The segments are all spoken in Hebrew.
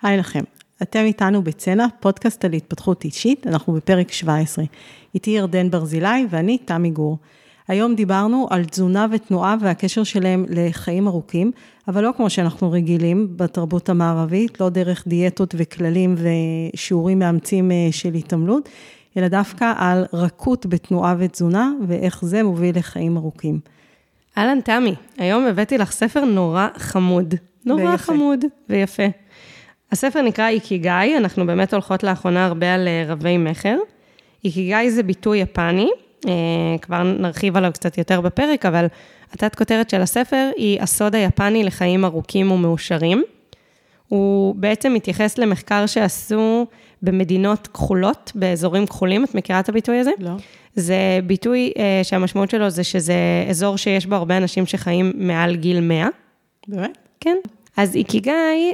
היי לכם, אתם איתנו בצנע, פודקאסט על התפתחות אישית, אנחנו בפרק 17. איתי ירדן ברזילי ואני תמי גור. היום דיברנו על תזונה ותנועה והקשר שלהם לחיים ארוכים, אבל לא כמו שאנחנו רגילים בתרבות המערבית, לא דרך דיאטות וכללים ושיעורים מאמצים של התעמלות, אלא דווקא על רכות בתנועה ותזונה ואיך זה מוביל לחיים ארוכים. אהלן תמי, היום הבאתי לך ספר נורא חמוד. נורא חמוד ויפה. הספר נקרא איקיגאי, אנחנו באמת הולכות לאחרונה הרבה על רבי מחר. איקיגאי זה ביטוי יפני, כבר נרחיב עליו קצת יותר בפרק, אבל התת כותרת של הספר היא הסוד היפני לחיים ארוכים ומאושרים. הוא בעצם מתייחס למחקר שעשו במדינות כחולות, באזורים כחולים, את מכירה את הביטוי הזה? לא. זה ביטוי שהמשמעות שלו זה שזה אזור שיש בו הרבה אנשים שחיים מעל גיל 100. באמת? כן. אז איקיגאי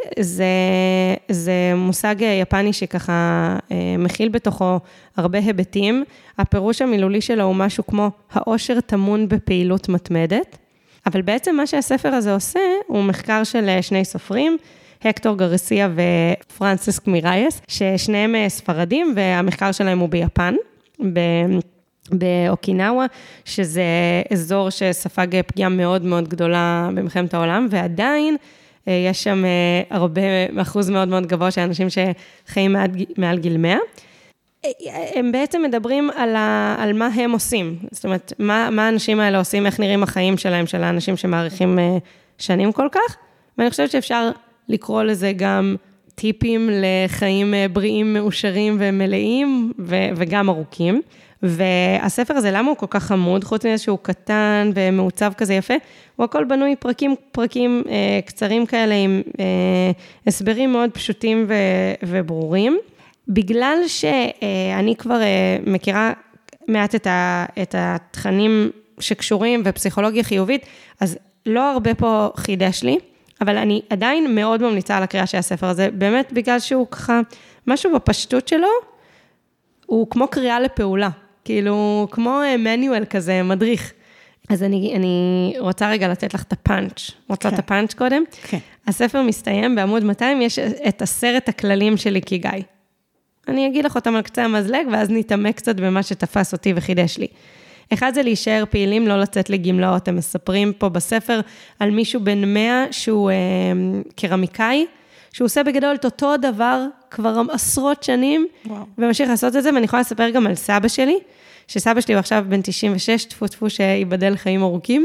זה מושג יפני שככה מכיל בתוכו הרבה היבטים. הפירוש המילולי שלו הוא משהו כמו האושר טמון בפעילות מתמדת. אבל בעצם מה שהספר הזה עושה הוא מחקר של שני סופרים, הקטור גרסיה ופרנסיסק מירייס, ששניהם ספרדים והמחקר שלהם הוא ביפן, באוקינאווה, שזה אזור שספג פגיעה מאוד מאוד גדולה במלחמת העולם, ועדיין יש שם אחוז מאוד מאוד גבוה של אנשים שחיים מעל גיל 100. הם בעצם מדברים על מה הם עושים, זאת אומרת, מה האנשים האלה עושים, איך נראים החיים שלהם, של האנשים שמעריכים שנים כל כך, ואני חושבת שאפשר לקרוא לזה גם טיפים לחיים בריאים, מאושרים ומלאים, וגם ארוכים. והספר הזה, למה הוא כל כך חמוד? חוץ מזה שהוא קטן ומעוצב כזה יפה, הוא הכל בנוי פרקים קצרים כאלה, עם הסברים מאוד פשוטים וברורים. בגלל שאני כבר מכירה מעט את התכנים שקשורים ופסיכולוגיה חיובית, אז לא הרבה פה חידש לי, אבל אני עדיין מאוד ממליצה על הקריאה של הספר הזה, באמת בגלל שהוא ככה, משהו בפשטות שלו, הוא כמו קריאה לפעולה, כאילו כמו מנואל כזה, מדריך. אז אני רוצה רגע לתת לך את הפאנץ'. רוצה את הפאנץ' קודם? כן. הספר מסתיים בעמוד 200, יש את 10 הכללים של איקיגאי. אני אגיד לך אותם על קצה המזלג, ואז נתעמק קצת במה שתפס אותי וחידש לי. אחד זה להישאר פעילים, לא לצאת לגמלאות. הם מספרים פה בספר על מישהו בן 100 שהוא קרמיקאי, שהוא עושה בגדול את אותו דבר כבר עשרות שנים, וממשיך לעשות את זה, ואני יכולה לספר גם על סבא שלי, שסבא שלי הוא עכשיו בן 96, תפו שיבדל חיים ארוכים,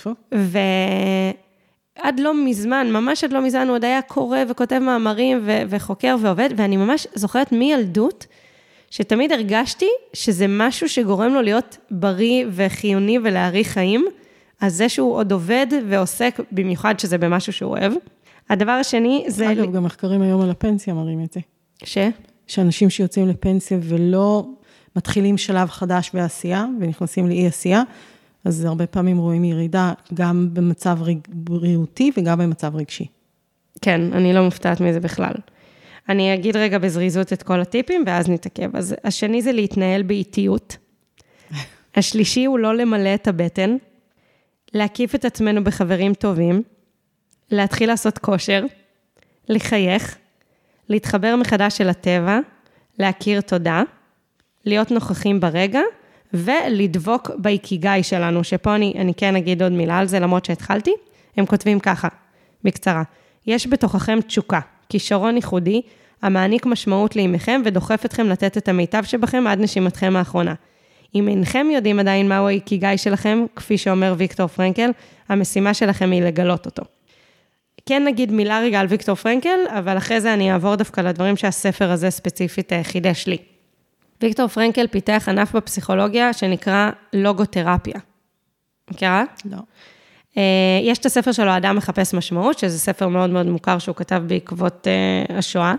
ועד לא מזמן, ממש עד לא מזמן, הוא עוד היה קורא וכותב מאמרים וחוקר ועובד, ואני ממש זוכרת מילדות, שתמיד הרגשתי שזה משהו שגורם לו להיות בריא וחיוני ולהאריך חיים, אז זה שהוא עוד עובד ועוסק, במיוחד שזה במשהו שהוא אוהב. הדבר השני זה... אגב, גם מחקרים היום על הפנסיה מראים את זה. שאנשים שיוצאים לפנסיה ולא מתחילים שלב חדש בעשייה, ונכנסים לאי עשייה, אז הרבה פעמים רואים ירידה גם במצב בריאותי וגם במצב רגשי. כן, אני לא מופתעת מזה בכלל. אני אגיד רגע בזריזות את כל הטיפים, ואז נתעכב. אז השני זה להתנהל באיטיות. השלישי הוא לא למלא את הבטן, להקיף את עצמנו בחברים טובים, להתחיל לעשות כושר, לחייך, להתחבר מחדש אל הטבע, להכיר תודה, להיות נוכחים ברגע, ולדבוק באיקיגאי שלנו, שפה אני כן אגיד עוד מילה על זה, למרות שהתחלתי, הם כותבים ככה, בקצרה. יש בתוככם תשוקה, כישרון ייחודי, המעניק משמעות לימיכם, ודוחף אתכם לתת את המיטב שבכם עד נשימתכם האחרונה. אם אינכם יודעים עדיין מהו האיקיגאי שלכם, כפי שאומר ויקטור פרנקל, המשימה שלכם היא לגלות אותו. כן נגיד מילה רגע על ויקטור פרנקל, אבל אחרי זה אני אעבור דווקא לדברים שהספר הזה ספציפית חידש לי. ויקטור פרנקל פיתח ענף בפסיכולוגיה שנקרא לוגותרפיה. מכירה? לא. יש את הספר שלו, האדם מחפש משמעות, שזה ספר מאוד מאוד מוכר שהוא כתב בעקבות השואה.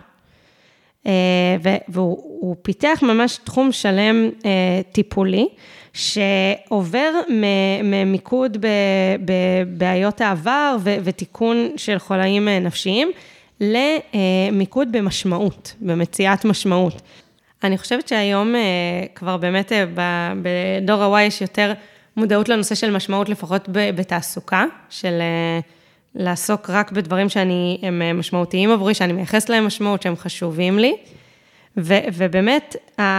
והוא פיתח ממש תחום שלם טיפולי, שעובר ממיקוד בבעיות העבר ותיקון של חולאים נפשיים, למיקוד במשמעות, במציאת משמעות. אני חושבת שהיום כבר באמת בדור ה-Y יש יותר מודעות לנושא של משמעות, לפחות בתעסוקה, של לעסוק רק בדברים הם משמעותיים עבורי, שאני מייחס להם משמעות, שהם חשובים לי, ובאמת,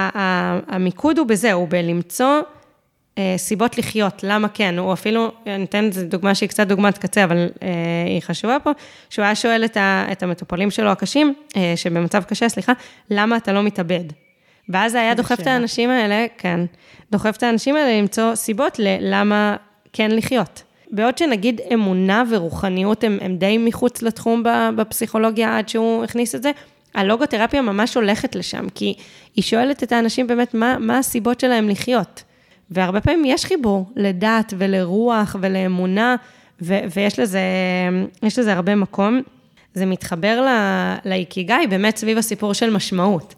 המיקוד הוא בזה, הוא בלמצוא סיבות לחיות, למה כן, הוא אפילו, אני אתן דוגמה שהיא קצת דוגמת קצה, אבל היא חשובה פה, שהוא היה שואל את המטופלים שלו הקשים, שבמצב קשה, למה אתה לא מתאבד? ואז היה דוחף את האנשים האלה, כן, דוחף את האנשים האלה למצוא סיבות ללמה כן לחיות. בעוד שנגיד אמונה ורוחניות הם די מחוץ לתחום בפסיכולוגיה עד שהוא הכניס את זה, הלוגותרפיה ממש הולכת לשם, כי היא שואלת את האנשים באמת מה הסיבות שלהם לחיות. והרבה פעמים יש חיבור לדת ולרוח ולאמונה, ויש לזה הרבה מקום. זה מתחבר לאיקיגאי, באמת סביב הסיפור של משמעות.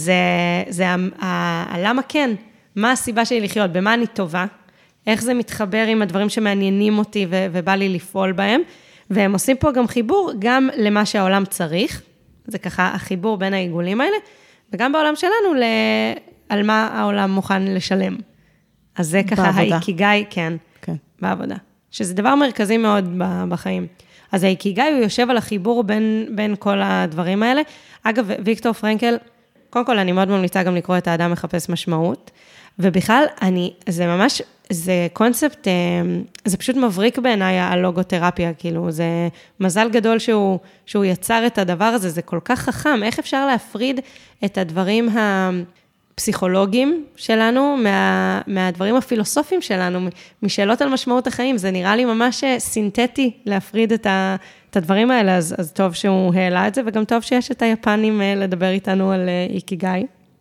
זה למה כן, מה הסיבה שלי לחיות, במה אני טובה, איך זה מתחבר עם הדברים שמעניינים אותי ובא לי לפעול בהם, והם עושים פה גם חיבור, גם למה שהעולם צריך, זה ככה החיבור בין העיגולים האלה, וגם בעולם שלנו על מה העולם מוכן לשלם. אז זה ככה האיקיגאי, כן, בעבודה. שזה דבר מרכזי מאוד בחיים. אז האיקיגאי הוא יושב על החיבור בין כל הדברים האלה. אגב, ויקטור פרנקל, קודם כל אני מאוד ממליצה גם לקרוא את האדם מחפש משמעות, ובכלל זה ממש, זה קונספט, זה פשוט מבריק בעיניי הלוגותרפיה, כאילו זה מזל גדול שהוא יצר את הדבר הזה, זה כל כך חכם, איך אפשר להפריד את הדברים הפסיכולוגיים שלנו, מהדברים הפילוסופיים שלנו, משאלות על משמעות החיים, זה נראה לי ממש סינתטי להפריד את הדברים האלה, אז טוב שהוא העלה את זה, וגם טוב שיש את היפנים לדבר איתנו על איקיגאי.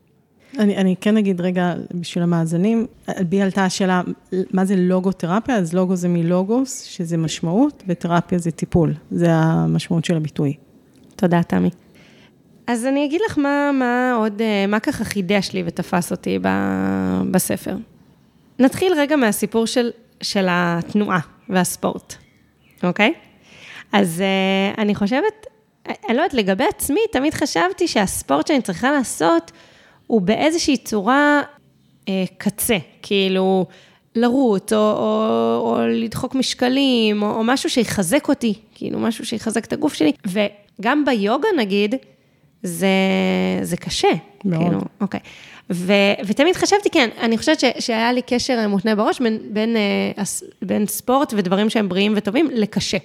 אני כן אגיד רגע בשביל המאזנים, בי עלתה השאלה, מה זה לוגותרפיה? אז לוגו זה מלוגוס, שזה משמעות, ותרפיה זה טיפול. זה המשמעות של הביטוי. תודה, תמי. אז אני אגיד לך מה ככה חידש לי ותפס אותי בספר. נתחיל רגע מהסיפור של התנועה והספורט, אוקיי? אז אני חושבת, אני לא יודעת, לגבי עצמי, תמיד חשבתי שהספורט שאני צריכה לעשות, הוא באיזושהי צורה קצה, כאילו לרוץ, או לדחוק משקלים, או משהו שיחזק אותי, כאילו משהו שיחזק את הגוף שלי, וגם ביוגה נגיד, זה קשה. מאוד. כאילו, אוקיי. ותמיד חשבתי, כן, אני חושבת שהיה לי קשר מותנה בראש, בין ספורט ודברים שהם בריאים וטובים, לקשה.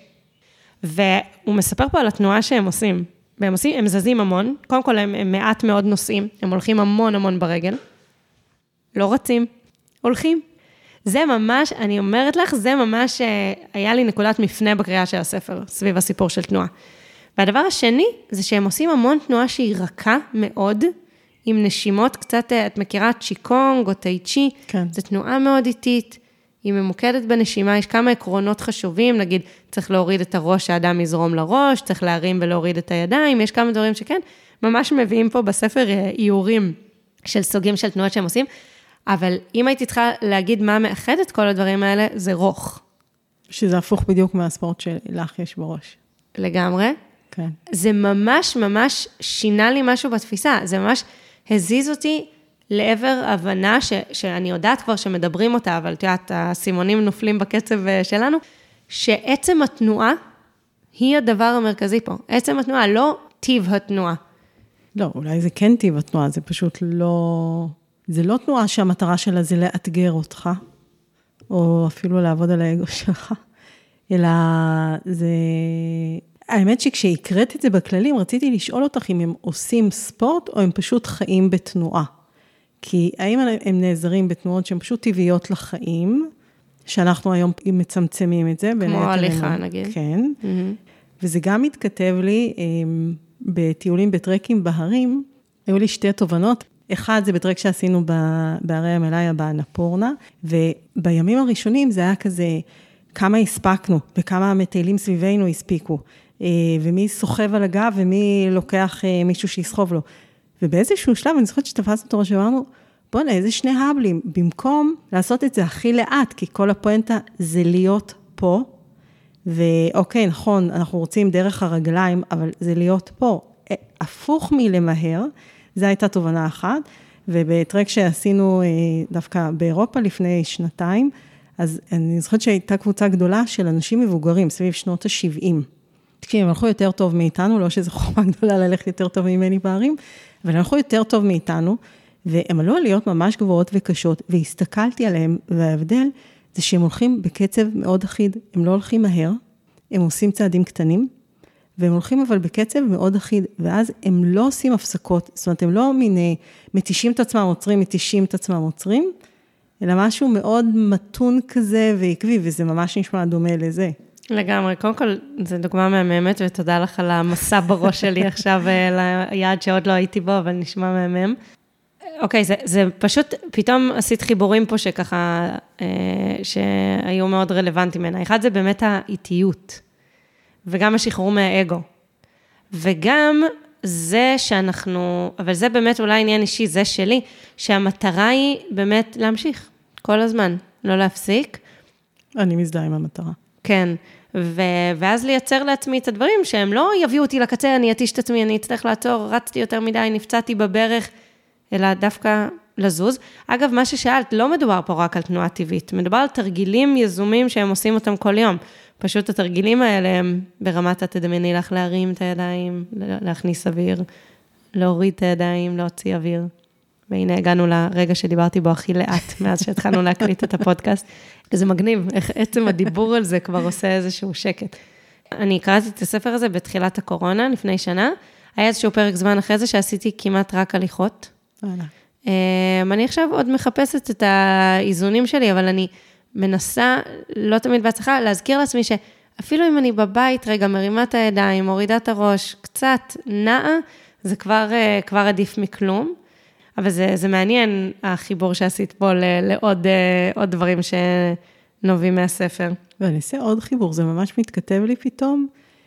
והוא מספר פה על התנועה שהם עושים, הם זזים המון, קודם כל הם מעט מאוד נוסעים, הם הולכים המון ברגל, לא רצים, הולכים. זה ממש, אני אומרת לך, זה ממש היה לי נקודת מפנה בקריאה של הספר, סביב הסיפור של תנועה. והדבר השני, זה שהם עושים המון תנועה שהיא רכה מאוד, עם נשימות קצת, את מכירה צ'יקונג או טאי-צ'י, כן. זו תנועה מאוד איטית, היא ממוקדת בנשימה, יש כמה עקרונות חשובים, נגיד, צריך להוריד את הראש, האדם יזרום לראש, צריך להרים ולהוריד את הידיים, יש כמה דברים שכן, ממש מביאים פה בספר איורים של סוגים של תנועות שהם עושים, אבל אם הייתי צריכה להגיד מה מאחד את כל הדברים האלה, זה רוך. שזה הפוך בדיוק מהספורט שלך יש בראש. לגמרי. כן. זה ממש שינה לי משהו בתפיסה, זה ממש הזיז אותי לעבר הבנה שאני יודעת כבר שמדברים אותה, אבל תיאת, הסימונים נופלים בקצב שלנו, שעצם התנועה היא הדבר המרכזי פה. עצם התנועה, לא טיב התנועה. לא, אולי זה כן טיב התנועה, זה פשוט לא... זה לא תנועה שהמטרה שלה זה לאתגר אותך, או אפילו לעבוד על האגו שלך, אלא זה... האמת שכשהקראת את זה בכללים, רציתי לשאול אותך אם הם עושים ספורט, או הם פשוט חיים בתנועה. כי האם הם נעזרים בתנועות שהן פשוט טבעיות לחיים, שאנחנו היום מצמצמים את זה. כמו הליכה, נגיד. כן. וזה גם מתכתב לי, בטיולים בטרקים בהרים, היו לי שתי תובנות. אחד זה בטרק שעשינו בערי המלאיה באנפורנה, ובימים הראשונים זה היה כזה, כמה הספקנו, וכמה המטיילים סביבנו הספיקו, ומי סוחב על הגב, ומי לוקח מישהו שיסחוב לו. ובאיזשהו שלב, אני זוכרת שתפסנו את הראש, ואמרנו, בוא נה, איזה שני הבלים, במקום לעשות את זה הכי לאט, כי כל הפואנטה זה להיות פה, ואוקיי, נכון, אנחנו רוצים דרך הרגליים, אבל זה להיות פה, הפוך מלמהר, זו הייתה תובנה אחת, ובטרק שעשינו דווקא באירופה לפני שנתיים, אז אני זוכרת שהייתה קבוצה גדולה של אנשים מבוגרים, סביב שנות ה-70. תקשיב, הם הלכו יותר טוב מאיתנו, לא שזו חומה גדולה ללכת יותר טוב ממני בערים, אבל הם הלכו יותר טוב מאיתנו, והם עלו עליות ממש גבוהות וקשות, והסתכלתי עליהם, וההבדל זה שהם הולכים בקצב מאוד אחיד, הם לא הולכים מהר, הם עושים צעדים קטנים, והם הולכים אבל בקצב מאוד אחיד, ואז הם לא עושים הפסקות, זאת אומרת, הם לא מתישים את עצמם עוצרים, מתישים את עצמם עוצרים, אלא משהו מאוד מתון כזה ועקבי, וזה ממש נשמע דומה לזה. לגמרי, קודם כל, זו דוגמה מהממת, ותודה לך על המסע בראש שלי עכשיו, ליעד שעוד לא הייתי בו, אבל נשמע מהמם. אוקיי, זה פשוט, פתאום עשית חיבורים פה שככה, שהיו מאוד רלוונטיים ממנה. אחד זה באמת האיטיות, וגם השחרור מהאגו. וגם זה שאנחנו, אבל זה באמת אולי עניין אישי, זה שלי, שהמטרה היא באמת להמשיך כל הזמן, לא להפסיק. אני מזדהה עם המטרה. כן, ואז לייצר לעצמי את הדברים שהם לא יביאו אותי לקצה, אני אתיש את עצמי, אני אצטרך לעצור, רצתי יותר מדי, נפצעתי בברך, אלא דווקא לזוז. אגב, מה ששאלת, לא מדובר פה רק על תנועה טבעית, מדובר על תרגילים יזומים שהם עושים אותם כל יום. פשוט התרגילים האלה הם ברמת התדמייני לך להרים את הידיים, להכניס אוויר, להוריד את הידיים, להוציא אוויר. והנה הגענו לרגע שדיברתי בו הכי לאט, מאז שהתחלנו להקליט את הפודקאסט. זה מגניב, איך עצם הדיבור על זה כבר עושה איזשהו שקט. אני קראתי את הספר הזה בתחילת הקורונה, לפני שנה, היה איזשהו פרק זמן אחרי זה שעשיתי כמעט רק הליכות. אני עכשיו עוד מחפשת את האיזונים שלי, אבל אני מנסה, לא תמיד בהצלחה, להזכיר לעצמי שאפילו אם אני בבית רגע מרימה את הידיים, מורידה את הראש, קצת נעה, זה כבר עדיף מכלום. אבל זה מעניין, החיבור שעשית פה לעוד דברים שנובעים מהספר. ואני אעשה עוד חיבור, זה ממש מתכתב לי פתאום,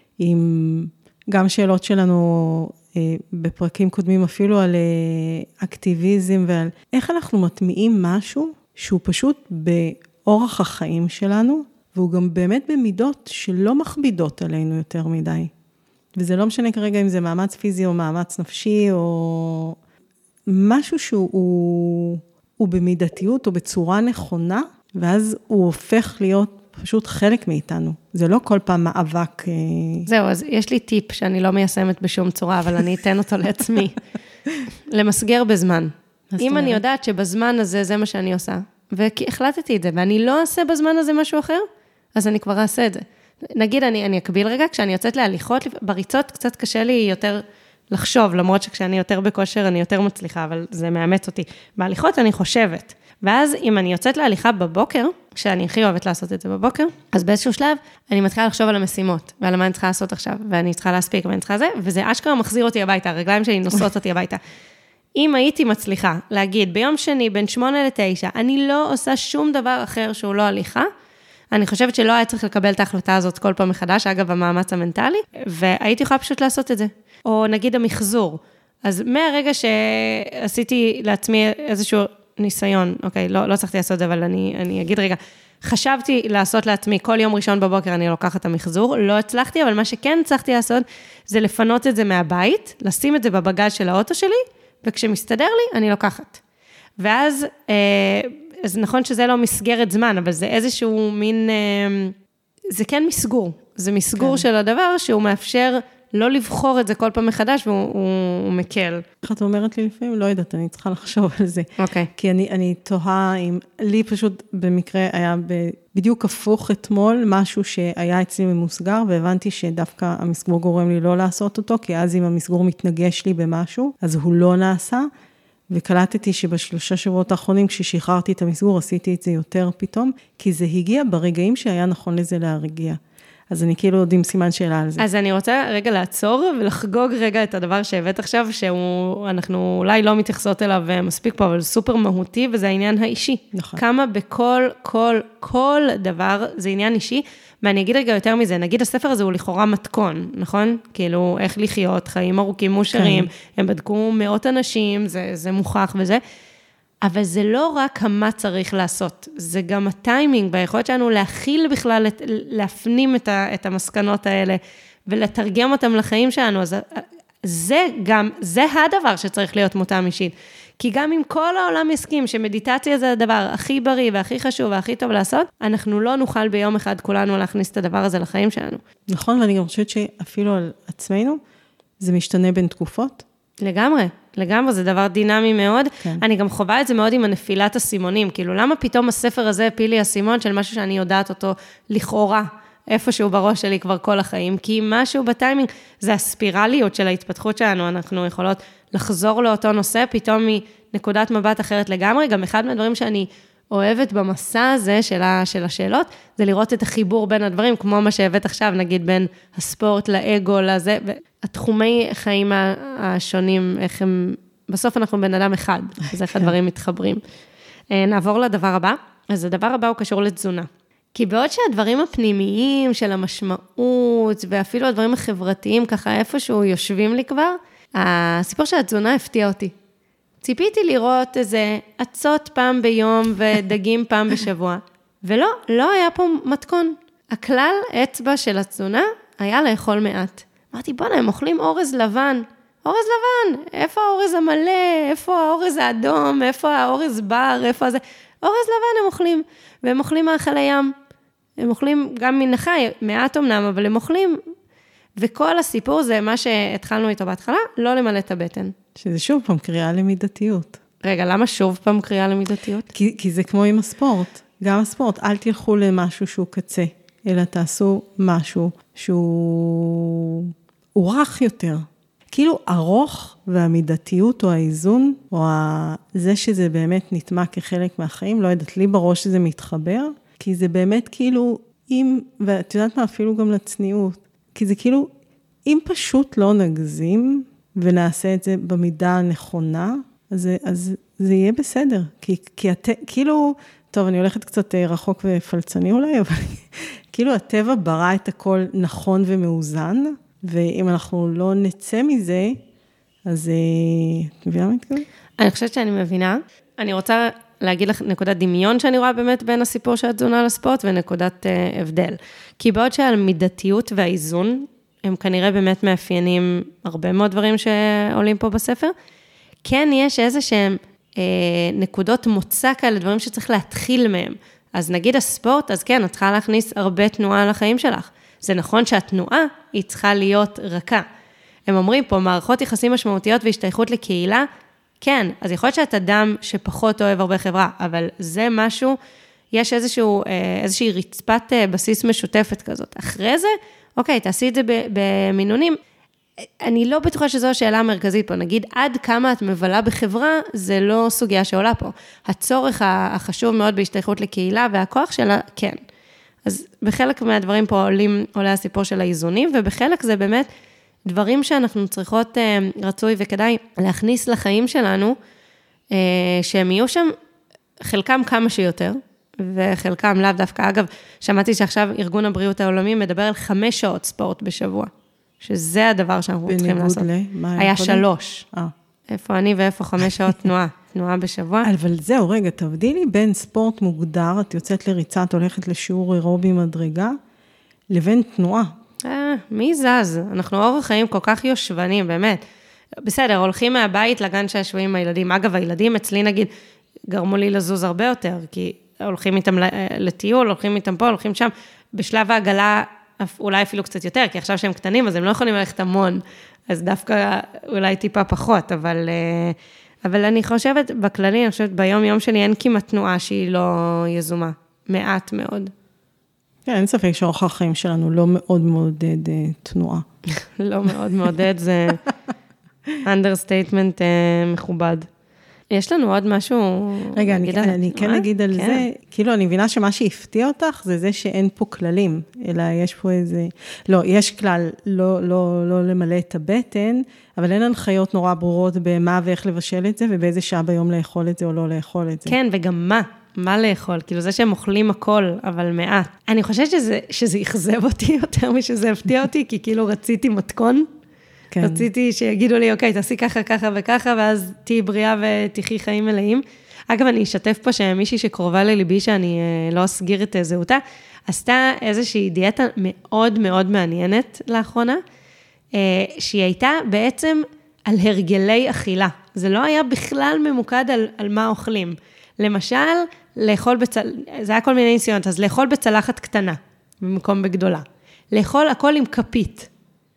עם גם שאלות שלנו בפרקים קודמים, אפילו על אקטיביזם, ועל איך אנחנו מטמיעים משהו, שהוא פשוט באורח החיים שלנו, והוא גם באמת במידות שלא מכבידות עלינו יותר מדי. וזה לא משנה כרגע אם זה מאמץ פיזי או מאמץ נפשי, או משהו שהוא במידתיות או בצורה נכונה, ואז הוא הופך להיות פשוט חלק מאיתנו. זה לא כל פעם מאבק. זהו, אז יש לי טיפ שאני לא מיישמת בשום צורה, אבל אני אתן אותו לעצמי. למסגר בזמן. אם אני יודעת שבזמן הזה זה מה שאני עושה, והחלטתי את זה, ואני לא אעשה בזמן הזה משהו אחר, אז אני כבר אעשה את זה. נגיד, אני אקביל רגע, כשאני יוצאת להליכות, בריצות קצת קשה לי יותר לחשוב, למרות שכשאני יותר בכושר, אני יותר מצליחה, אבל זה מאמץ אותי. בהליכות אני חושבת. ואז אם אני יוצאת להליכה בבוקר, שאני הכי אוהבת לעשות את זה בבוקר, אז באיזשהו שלב אני מתחילה לחשוב על המשימות, ועל מה אני צריכה לעשות עכשיו, ואני צריכה להספיק, ואני צריכה זה, וזה אשכרה מחזיר אותי הביתה, הרגליים שלי נוסעות אותי הביתה. אם הייתי מצליחה להגיד, ביום שני, בין 8 ל-9, אני לא עושה שום דבר אחר שהוא לא הליכה, אני חושבת שלא היה צריך לקבל את ההחלטה הזאת כל פעם מחדש, אגב, המאמץ המנטלי, והייתי יכולה פשוט לעשות את זה. או נגיד המחזור. אז מהרגע שעשיתי לעצמי איזשהו ניסיון, אוקיי, לא צריכתי לעשות את זה, אבל אני אגיד רגע, חשבתי לעשות לעצמי, כל יום ראשון בבוקר אני לוקחת את המחזור, לא הצלחתי, אבל מה שכן הצלחתי לעשות, זה לפנות את זה מהבית, לשים את זה בבגז של האוטו שלי, וכשמסתדר לי, אני לוקחת. ואז, אז נכון שזה לא מסגרת זמן, אבל זה איזשהו מין, זה כן מסגור. זה מסגור של הדבר שהוא מאפשר לא לבחור את זה כל פעם מחדש, והוא מקל. איך את אומרת לי לפעמים? לא יודעת, אני צריכה לחשוב על זה. אוקיי. כי אני תוהה אם, לי פשוט במקרה היה בדיוק הפוך אתמול, משהו שהיה אצלי ממוסגר, והבנתי שדווקא המסגור גורם לי לא לעשות אותו, כי אז אם המסגור מתנגש לי במשהו, אז הוא לא נעשה, וקלטתי שבשלושה שבועות האחרונים, כששחררתי את המסגור, עשיתי את זה יותר פתאום, כי זה הגיע ברגעים שהיה נכון לזה להרגיע. אז אני כאילו עוד עם סימן שאלה על זה. אז אני רוצה רגע לעצור ולחגוג רגע את הדבר שהבאת עכשיו, שאנחנו אולי לא מתייחסות אליו מספיק פה, אבל סופר מהותי, וזה העניין האישי. נכון. כמה כל דבר זה עניין אישי, ואני אגיד רגע יותר מזה, נגיד הספר הזה הוא לכאורה מתכון, נכון? כאילו, איך לחיות, חיים ארוכים מושרים, הם בדקו מאות אנשים, זה מוכח וזה, אבל זה לא רק מה צריך לעשות, זה גם הטיימינג, ביכולת שלנו להכיל בכלל, להפנים את המסקנות האלה, ולתרגם אותם לחיים שלנו, אז זה הדבר שצריך להיות מותאם אישית. כי גם אם כל העולם יסכים שמדיטציה זה הדבר הכי בריא והכי חשוב והכי טוב לעשות, אנחנו לא נוכל ביום אחד כולנו להכניס את הדבר הזה לחיים שלנו. נכון, ואני גם חושבת שאפילו על עצמנו, זה משתנה בין תקופות. לגמרי, זה דבר דינמי מאוד. כן. אני גם חווה את זה מאוד עם הנפילת הסימונים, כאילו למה פתאום הספר הזה הפיל לי הסימון של משהו שאני יודעת אותו לכאורה, איפשהו בראש שלי כבר כל החיים, כי משהו בטיימינג, זה הספירליות של ההתפתחות שלנו, אנחנו יכולות לחזור לאותו נושא, פתאום מנקודת מבט אחרת לגמרי, גם אחד מהדברים שאני אוהבת במסע הזה של השאלות, זה לראות את החיבור בין הדברים, כמו מה שהבאת עכשיו, נגיד בין הספורט לאגו, לזה, התחומי חיים השונים, איך הם, בסוף אנחנו בן אדם אחד, אז איך הדברים מתחברים. נעבור לדבר הבא, אז הדבר הבא הוא קשור לתזונה. כי בעוד שהדברים הפנימיים של המשמעות, ואפילו הדברים החברתיים ככה איפשהו יושבים לי כבר, הסיפור של התזונה הפתיע אותי. ציפיתי לראות איזה עצות פעם ביום ודגים פעם בשבוע, ולא, לא היה פה מתכון. הכלל אצבע של התזונה היה לאכול מעט. אמרתי, בוא'נה, הם אוכלים אורז לבן. אורז לבן, איפה האורז המלא, איפה האורז האדום, איפה האורז בר, איפה זה? אורז לבן הם אוכלים, והם אוכלים מאכלי ים. הם אוכלים גם מן החי, מעט אמנם, אבל הם אוכלים. וכל הסיפור זה מה שהתחלנו איתו בהתחלה, לא למלא את הבטן. שזה שוב פעם קריאה למידתיות. רגע, למה שוב פעם קריאה למידתיות? כי זה כמו עם הספורט. גם הספורט, אל תלכו למשהו שהוא קצה, אלא תעשו משהו שהוא רך יותר. כאילו ארוך והמידתיות או האיזון, או זה שזה באמת נטמע כחלק מהחיים, לא יודעת לי בראש שזה מתחבר, כי זה באמת כאילו, ואת יודעת מה, אפילו גם לצניעות, כי זה כאילו, אם פשוט לא נגזים, ונעשה את זה במידה הנכונה, אז זה יהיה בסדר. כי כאילו, טוב, אני הולכת קצת רחוק ופלצני אולי, אבל כאילו הטבע ברא את הכל נכון ומאוזן, ואם אנחנו לא נצא מזה, אז את מבינה מה מתכוון? אני חושבת שאני מבינה. אני רוצה להגיד לך נקודת דמיון שאני רואה באמת בין הסיפור של התזונה לספורט, ונקודת הבדל. כי בעוד שהמידתיות והאיזון, הם כנראה באמת מאפיינים הרבה מאוד דברים שעולים פה בספר, כן יש איזה שהם נקודות מוצא כאלה, דברים שצריך להתחיל מהם. אז נגיד הספורט, אז כן, את צריכה להכניס הרבה תנועה לחיים שלך. זה נכון שהתנועה היא צריכה להיות רכה. הם אומרים פה, מערכות יחסים משמעותיות והשתייכות לקהילה, כן, אז יכול להיות שאת אדם שפחות אוהב הרבה חברה, אבל זה משהו, יש איזושהי רצפת בסיס משותפת כזאת. אחרי זה, אוקיי, תעשי את זה במינונים. אני לא בטוחה שזו השאלה המרכזית פה. נגיד, עד כמה את מבלה בחברה, זה לא סוגיה שעולה פה. הצורך החשוב מאוד בהשתייכות לקהילה והכוח שלה, כן. אז בחלק מהדברים פה עולה הסיפור של האיזונים, ובחלק זה באמת דברים שאנחנו צריכות רצוי וכדאי להכניס לחיים שלנו, שהם יהיו שם חלקם כמה שיותר, וחלקם לאו דווקא. אגב, שמעתי שעכשיו ארגון הבריאות העולמי מדבר על 5 שעות ספורט בשבוע, שזה הדבר שאנחנו צריכים לעשות. היה 3. איפה אני ואיפה 5 שעות תנועה בשבוע. אבל זהו, רגע, תבדילי בין ספורט מוגדר, את יוצאת לריצה, את הולכת לשיעור אירובי מדרגה, לבין תנועה. מי זז? אנחנו אורח חיים כל כך יושבנים, באמת. בסדר, הולכים מהבית לגן שעשועים עם הילדים. אגב, הילדים אצלי נגיד, גרמו לי לזוז הרבה יותר, כי הולכים איתם לטיול, הולכים איתם פה, הולכים שם. בשלב העגלה, אולי אפילו קצת יותר, כי עכשיו שהם קטנים, אז הם לא יכולים ללכת המון. אז דווקא אולי טיפה פחות, אבל אני חושבת, בכללי, אני חושבת, ביום שלי אין כמעט תנועה שהיא לא יזומה. מעט מאוד. כן, אין ספק שאורח החיים שלנו לא מאוד מעודד תנועה. לא מאוד מעודד, זה understatement מכובד. יש לנו עוד משהו... רגע, אני כן אגיד על זה, כאילו אני מבינה שמה שהפתיע אותך זה שאין פה כללים, אלא יש פה איזה... לא, יש כלל לא למלא את הבטן, אבל אין הנחיות נורא ברורות במה ואיך לבשל את זה, ובאיזה שעה ביום לאכול את זה או לא לאכול את זה. כן, וגם מה לאכול? כאילו זה שהם אוכלים הכל, אבל מעט. אני חושבת שזה יחזב אותי יותר משזה הפתיע אותי, כי כאילו רציתי מתכון, כן. רציתי שיגידו לי, אוקיי, תעשי ככה, ככה וככה, ואז תהי בריאה ותחי חיים מלאים. אגב, אני אשתף פה שמישהי שקרובה לליבי, שאני לא אסגיר את זהותה, עשתה איזושהי דיאטה מאוד מאוד מעניינת לאחרונה, שהיא הייתה בעצם על הרגלי אכילה. זה לא היה בכלל ממוקד על מה אוכלים. למשל, זה היה כל מיני ניסיונות, אז לאכול בצלחת קטנה, במקום בגדולה. לאכול הכל עם כפית.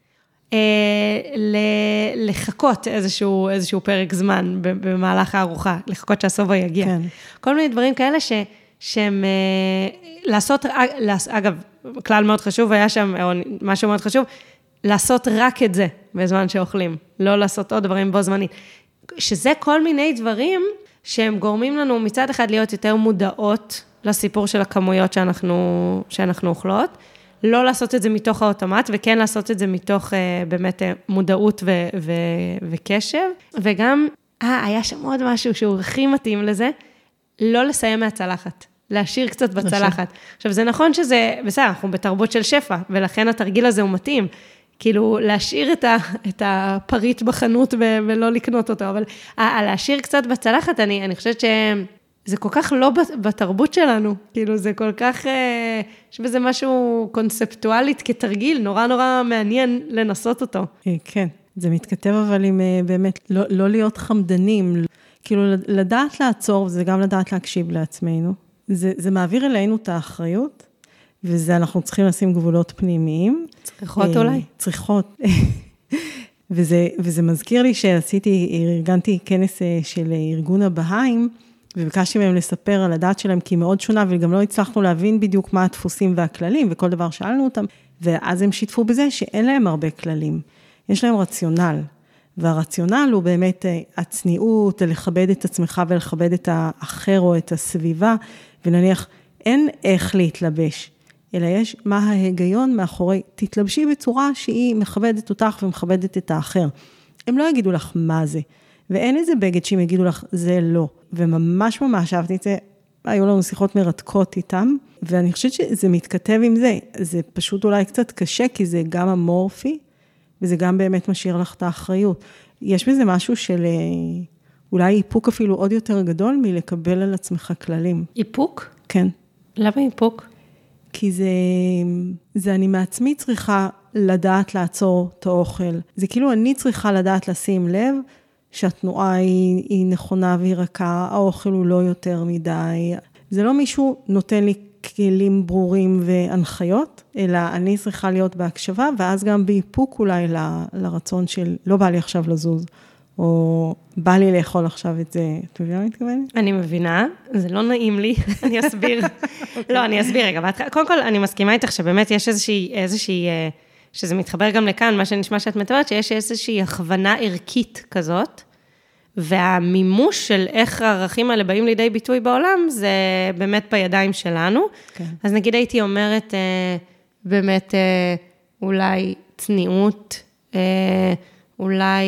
לחכות איזשהו פרק זמן במהלך הארוחה, לחכות שהסובה יגיע. כן. כל מיני דברים כאלה שהם לעשות, אגב, כלל מאוד חשוב, היה שם, או משהו מאוד חשוב, לעשות רק את זה בזמן שאוכלים, לא לעשות עוד דברים בו זמנית. שזה כל מיני דברים שהם גורמים לנו מצד אחד להיות יותר מודעות לסיפור של הכמויות שאנחנו אוכלות, לא לעשות את זה מתוך האוטומט, וכן לעשות את זה מתוך באמת מודעות וקשב, וגם, היה שם עוד משהו שהוא הכי מתאים לזה, לא לסיים מהצלחת, להשאיר קצת בצלחת. עכשיו, זה נכון שזה, בסדר, אנחנו בתרבות של שפע, ולכן התרגיל הזה הוא מתאים, כאילו להשאיר את הפריט בחנות ולא לקנות אותו, אבל להשאיר קצת בצלחת, אני חושבת שזה כל כך לא בתרבות שלנו, כאילו זה כל כך, יש בזה משהו קונספטואלית כתרגיל, נורא נורא מעניין לנסות אותו. כן, זה מתכתב אבל עם באמת לא להיות חמדנים, כאילו לדעת לעצור, וזה גם לדעת להקשיב לעצמנו, זה מעביר אלינו את האחריות, וזה אנחנו צריכים לשים גבולות פנימיים. צריכות אולי? צריכות. וזה מזכיר לי ארגנתי כנס של ארגון הבהאים, וביקשתי מהם לספר על הדעת שלהם, כי היא מאוד שונה, וגם לא הצלחנו להבין בדיוק מה הדפוסים והכללים, וכל דבר שאלנו אותם, ואז הם שיתפו בזה שאין להם הרבה כללים. יש להם רציונל, והרציונל הוא באמת הצניעות, לכבד את עצמך ולכבד את האחר או את הסביבה, ונניח אין איך להתלבש, אלא יש מה ההיגיון מאחורי, תתלבשי בצורה שהיא מכבדת אותך ומכבדת את האחר. הם לא יגידו לך מה זה, ואין איזה בגד שהם יגידו לך, זה לא. וממש ממש אהבתי את זה, היו לנו שיחות מרתקות איתם, ואני חושבת שזה מתכתב עם זה, זה פשוט אולי קצת קשה, כי זה גם אמורפי, וזה גם באמת משאיר לך את האחריות. יש בזה משהו של אולי איפוק אפילו עוד יותר גדול, מלקבל על עצמך כללים. איפוק? כן. למה איפוק? כי זה אני מעצמי צריכה לדעת לעצור את האוכל. זה כאילו אני צריכה לדעת לשים לב, שהתנועה היא נכונה והיא רכה, האוכל הוא לא יותר מדי. זה לא מישהו נותן לי כלים ברורים והנחיות, אלא אני צריכה להיות בהקשבה, ואז גם באיפוק אולי לרצון של לא בא לי עכשיו לזוז, או בא לי לאכול עכשיו את זה. אתה מבינה מה מתכוונת? אני מבינה, זה לא נעים לי, אני אסביר. לא, אני אסביר רגע. קודם כל, אני מסכימה איתך שבאמת יש איזושהי, שזה מתחבר גם לכאן, מה שנשמע שאת מתארת, שיש איזושהי הכוונה ערכית כזאת, והמימוש של איך הערכים האלה באים לידי ביטוי בעולם, זה באמת בידיים שלנו. כן. אז נגיד הייתי אומרת, באמת אולי צניעות, אולי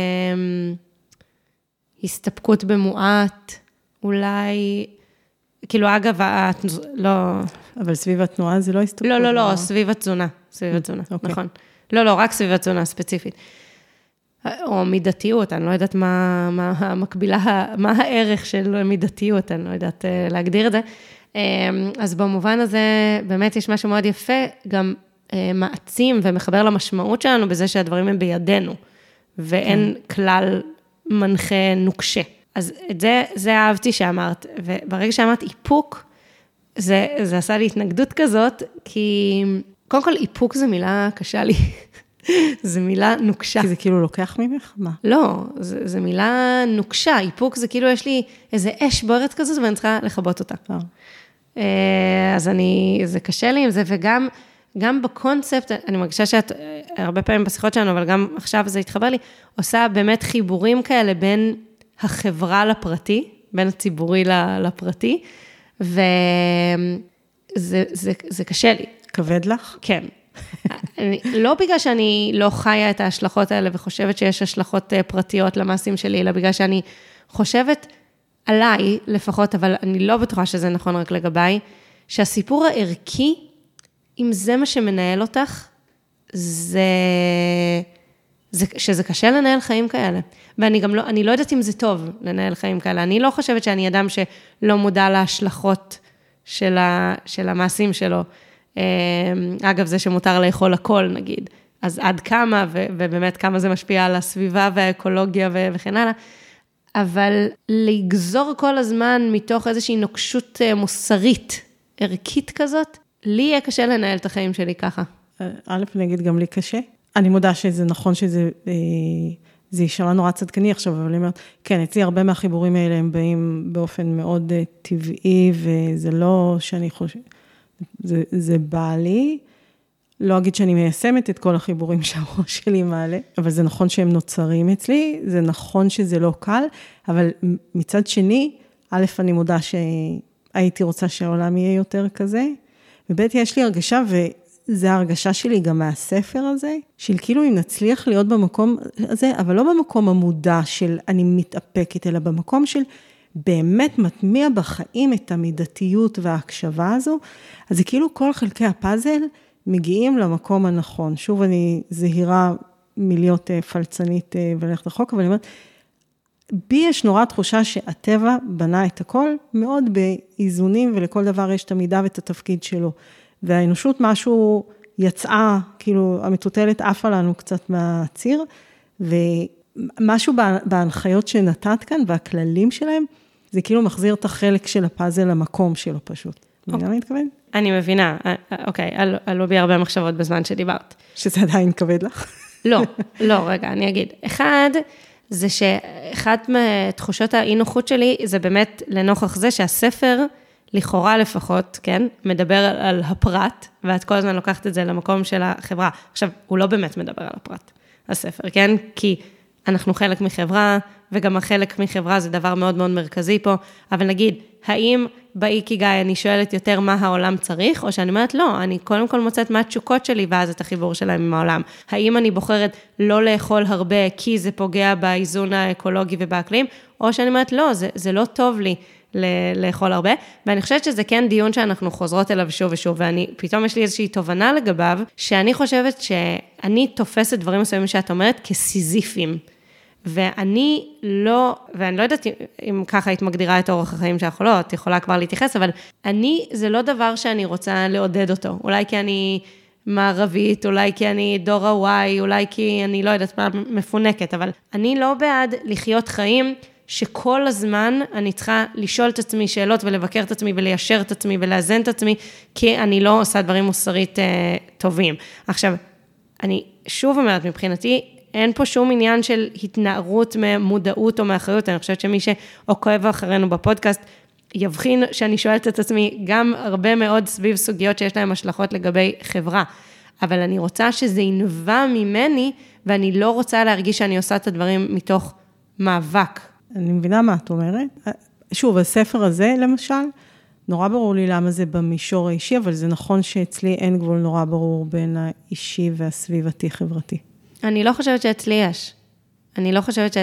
הסתפקות במועט, אולי, כאילו אגב, לא... אבל סביב התנועה זה לא הסתפקות? לא, סביב התזונה, נכון. לא, רק סביב התזונה ספציפית. או מידתיות, אני לא יודעת מה המקבילה, מה הערך של מידתיות, אני לא יודעת להגדיר את זה. אז במובן הזה, באמת יש משהו מאוד יפה, גם מעצים ומחבר למשמעות שלנו, בזה שהדברים הם בידינו, ואין כלל מנחה נוקשה. אז את זה אהבתי שאמרת, וברגע שאמרת איפוק, זה עשה לי התנגדות כזאת, כי קודם כל איפוק זו מילה קשה לי. זו מילה נוקשה. כי זה כאילו לוקח ממך? מה? לא, זו מילה נוקשה. איפוק זה כאילו יש לי איזה אש בוערת כזאת, ואני צריכה לכבות אותה. אז זה קשה לי עם זה, וגם בקונספט, אני מרגישה שאת, הרבה פעמים בשיחות שלנו, אבל גם עכשיו זה התחבר לי, עושה באמת חיבורים כאלה בין החברה לפרטי, בין הציבורי לפרטי, וזה קשה לי. כבד לך? כן. לא בגלל שאני לא חיה את ההשלכות האלה, וחושבת שיש השלכות פרטיות למעשים שלי, אלא בגלל שאני חושבת עליי לפחות, אבל אני לא בטוחה שזה נכון רק לגביי, שהסיפור הערכי, אם זה מה שמנהל אותך, שזה קשה לנהל חיים כאלה. ואני גם לא, אני לא יודעת אם זה טוב לנהל חיים כאלה. אני לא חושבת שאני אדם שלא מודע להשלכות של המעשים שלו. אגב, זה שמותר לאכול הכל, נגיד. אז עד כמה, ובאמת כמה זה משפיע על הסביבה והאקולוגיה וכן הלאה, אבל לגזור כל הזמן מתוך איזושהי נוקשות מוסרית, ערכית כזאת, לי יהיה קשה לנהל את החיים שלי ככה. א', נגיד גם לי קשה. אני מודה שזה נכון שזה יישמע נורא צדקני עכשיו, אבל אני אומרת, כן, אצלי הרבה מהחיבורים האלה הם באים באופן מאוד טבעי, וזה לא שאני חושבת, זה בא לי. לא אגיד שאני מיישמת את כל החיבורים שהראש שלי מעלה, אבל זה נכון שהם נוצרים אצלי, זה נכון שזה לא קל, אבל מצד שני, א', אני מודה שהייתי רוצה שהעולם יהיה יותר כזה, וב' יש לי הרגשה, וזו ההרגשה שלי גם מהספר הזה, של כאילו אם נצליח להיות במקום הזה, אבל לא במקום המודע של אני מתאפקת, אלא במקום של באמת מטמיע בחיים את המידתיות וההקשבה הזו, אז זה כאילו כל חלקי הפאזל, מגיעים למקום הנכון. שוב, אני זהירה מלהיות פלצנית וללכת רחוק, אבל אני אומרת, בי יש נורא תחושה שהטבע בנה את הכל, מאוד באיזונים, ולכל דבר יש את המידה ואת התפקיד שלו. והאנושות משהו יצאה, כאילו המטוטלת עפה לנו קצת מהציר, ומשהו בהנחיות שנתת כאן, והכללים שלהם, זה כאילו מחזיר את החלק של הפאזל למקום שלו פשוט. מבינה מה מתכוון? אני מבינה, אוקיי, עלו בי הרבה מחשבות בזמן שדיברת. שזה עדיין כבד לך? לא, רגע, אני אגיד. אחד, זה שאחת מתחושות האי-נוחות שלי, זה באמת לנוכח זה שהספר, לכאורה לפחות, כן, מדבר על הפרט, ואת כל הזמן לוקחת את זה למקום של החברה. עכשיו, הוא לא באמת מדבר על הפרט, הספר, כן? כי אנחנו חלק מחברה, וגם החלק מחברה זה דבר מאוד מאוד מרכזי פה, אבל נגיד, האם באיקיגאי אני שואלת יותר מה העולם צריך, או שאני אומרת לא, אני קודם כל מוצאת מה התשוקות שלי, ואז את החיבור שלהם עם העולם. האם אני בוחרת לא לאכול הרבה, כי זה פוגע באיזון האקולוגי ובאקלים, או שאני אומרת לא, זה לא טוב לי לאכול הרבה, ואני חושבת שזה כן דיון שאנחנו חוזרות אליו שוב ושוב, ואני, פתאום יש לי איזושהי תובנה לגביו, שאני חושבת שאני תופסת דברים מסוימים שאת אומרת כסיזיפיים, ואני לא יודעת אם ככה היית מגדירה את אורח החיים שאנחנו לא, את יכולה כבר להתייחס, אבל זה לא דבר שאני רוצה לעודד אותו, אולי כי אני מערבית, אולי כי אני דור ה-Y, אולי כי אני לא יודעת מה מפונקת, אבל אני לא בעד לחיות חיים שכל הזמן אני צריכה לשאול את עצמי שאלות ולבקר את עצמי וליישר את עצמי ולאזן את עצמי, כי אני לא עושה דברים מוסרית טובים. עכשיו, אני שוב אומרת, מבחינתי, אין פה שום עניין של התנערות ממודעות או מאחריות, אני חושבת שמי שעוקב אחרינו בפודקאסט, יבחין שאני שואלת את עצמי גם הרבה מאוד סביב סוגיות שיש להן השלכות לגבי חברה, אבל אני רוצה שזה ינבע ממני, ואני לא רוצה להרגיש שאני עושה את הדברים מתוך מאבק. אני מבינה מה את אומרת. שוב, הספר הזה למשל, נורא ברור לי למה זה במישור האישי, אבל זה נכון שאצלי אין גבול נורא ברור בין האישי והסביבתי חברתי. אני לא חושבת שאצלי יש. אני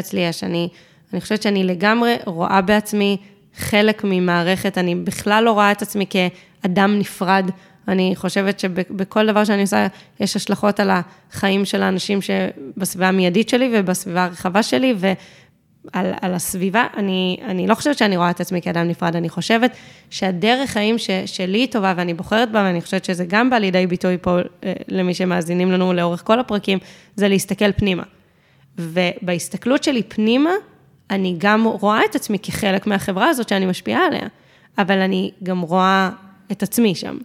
חושבת שאני לגמרי רואה בעצמי חלק ממערכת, אני בכלל לא רואה את עצמי כאדם נפרד, אני חושבת שבכל דבר שאני עושה, יש השלכות על החיים של האנשים שבסביבה המיידית שלי, ובסביבה הרחבה שלי, ועל הסביבה, אני לא חושבת שאני רואה את עצמי כאדם נפרד, אני חושבת שהדרך חיים שלי היא טובה, ואני בוחרת בה, ואני חושבת שזה גם בא לידי ביטוי פה, למי שמאזינים לנו לאורך כל הפרקים, זה להסתכל פנימה. ובהסתכלות שלי פנימה, אני גם רואה את עצמי כחלק מהחברה הזאת שאני משפיעה עליה, אבל אני גם רואה את עצמי שם.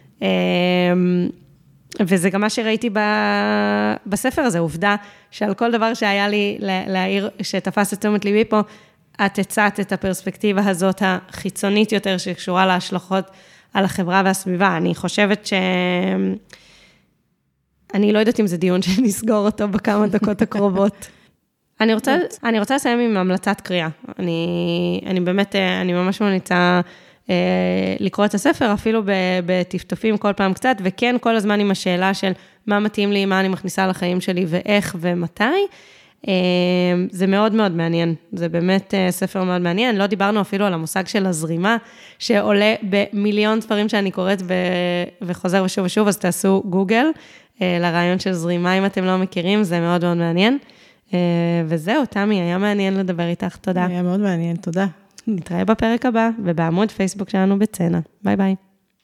וזה גם מה שראיתי בספר הזה, עובדה שעל כל דבר שהיה לי להעיר, שתפס את תשומת ליבי פה, את הצעת את הפרספקטיבה הזאת החיצונית יותר, שקשורה להשלכות על החברה והסביבה. אני חושבת אני לא יודעת אם זה דיון שנסגור אותו בכמה דקות הקרובות. אני רוצה לסיים עם המלצת קריאה. אני באמת, אני ממש ממליצה לקרוא את הספר, אפילו בטפטופים כל פעם קצת, וכן כל הזמן עם השאלה של מה מתאים לי, מה אני מכניסה לחיים שלי, ואיך ומתי. זה מאוד מאוד מעניין. זה באמת ספר מאוד מעניין. לא דיברנו אפילו על המושג של הזרימה, שעולה במיליון ספרים שאני קוראת וחוזר ושוב ושוב, אז תעשו גוגל לרעיון של זרימה, אם אתם לא מכירים, זה מאוד מאוד מעניין. וזהו, תמי, היה מעניין לדבר איתך, תודה. היה מאוד מעניין, תודה. נתראה בפרק הבא, ובעמוד פייסבוק שלנו בצנע. ביי ביי.